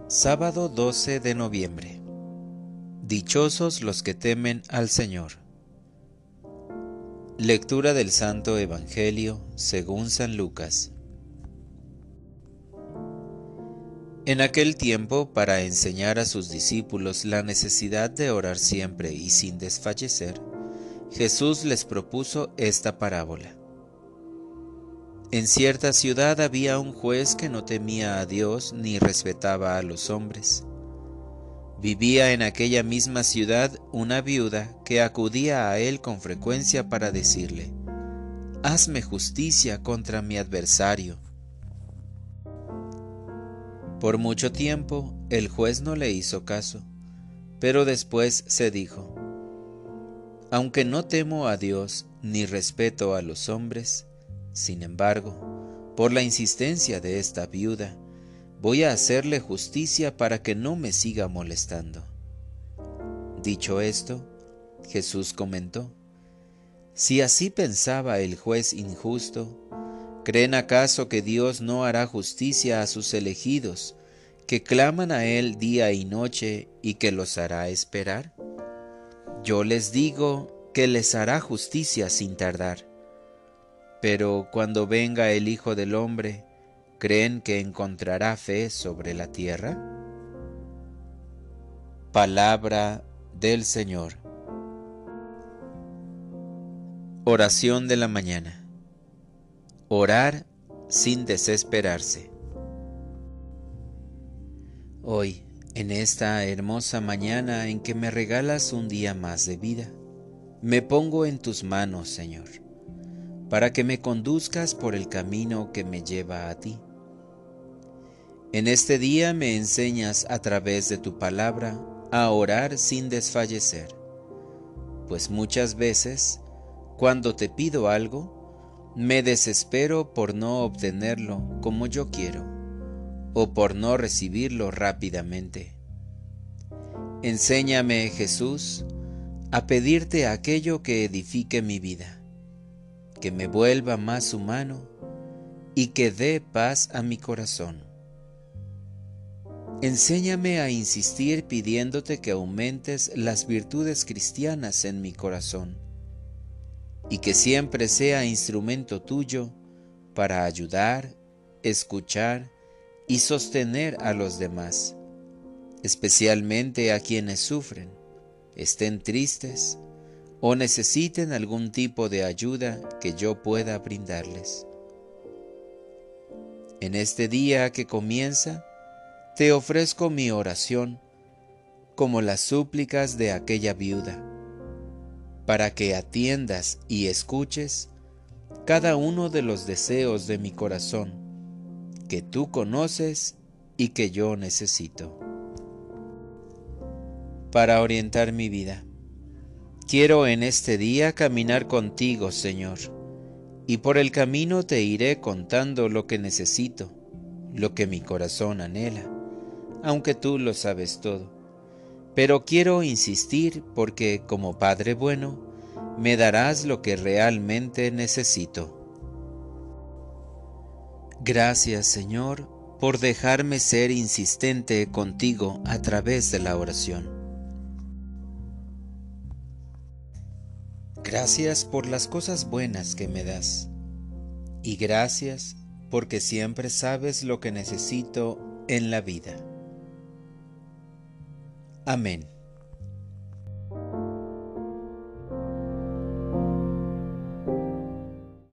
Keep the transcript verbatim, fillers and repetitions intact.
Sábado doce de noviembre. Dichosos los que temen al Señor. Lectura del Santo Evangelio según San Lucas. En aquel tiempo, para enseñar a sus discípulos la necesidad de orar siempre y sin desfallecer, Jesús les propuso esta parábola. En cierta ciudad había un juez que no temía a Dios ni respetaba a los hombres. Vivía en aquella misma ciudad una viuda que acudía a él con frecuencia para decirle: «Hazme justicia contra mi adversario». Por mucho tiempo el juez no le hizo caso, pero después se dijo: «Aunque no temo a Dios ni respeto a los hombres, sin embargo, por la insistencia de esta viuda, voy a hacerle justicia para que no me siga molestando». Dicho esto, Jesús comentó: «Si así pensaba el juez injusto, ¿creen acaso que Dios no hará justicia a sus elegidos, que claman a Él día y noche, y que los hará esperar? Yo les digo que les hará justicia sin tardar. Pero cuando venga el Hijo del Hombre, ¿creen que encontrará fe sobre la tierra?». Palabra del Señor. Oración de la mañana. Orar sin desesperarse. Hoy, en esta hermosa mañana en que me regalas un día más de vida, me pongo en tus manos, Señor, para que me conduzcas por el camino que me lleva a ti. En este día me enseñas a través de tu palabra a orar sin desfallecer, pues muchas veces, cuando te pido algo, me desespero por no obtenerlo como yo quiero, o por no recibirlo rápidamente. Enséñame, Jesús, a pedirte aquello que edifique mi vida, que me vuelva más humano y que dé paz a mi corazón. Enséñame a insistir pidiéndote que aumentes las virtudes cristianas en mi corazón y que siempre sea instrumento tuyo para ayudar, escuchar y sostener a los demás, especialmente a quienes sufren, estén tristes o necesiten algún tipo de ayuda que yo pueda brindarles. En este día que comienza, te ofrezco mi oración como las súplicas de aquella viuda, para que atiendas y escuches cada uno de los deseos de mi corazón, que tú conoces y que yo necesito. Para orientar mi vida, quiero en este día caminar contigo, Señor, y por el camino te iré contando lo que necesito, lo que mi corazón anhela, aunque tú lo sabes todo. Pero quiero insistir porque, como Padre bueno, me darás lo que realmente necesito. Gracias, Señor, por dejarme ser insistente contigo a través de la oración. Gracias por las cosas buenas que me das. Y gracias porque siempre sabes lo que necesito en la vida. Amén.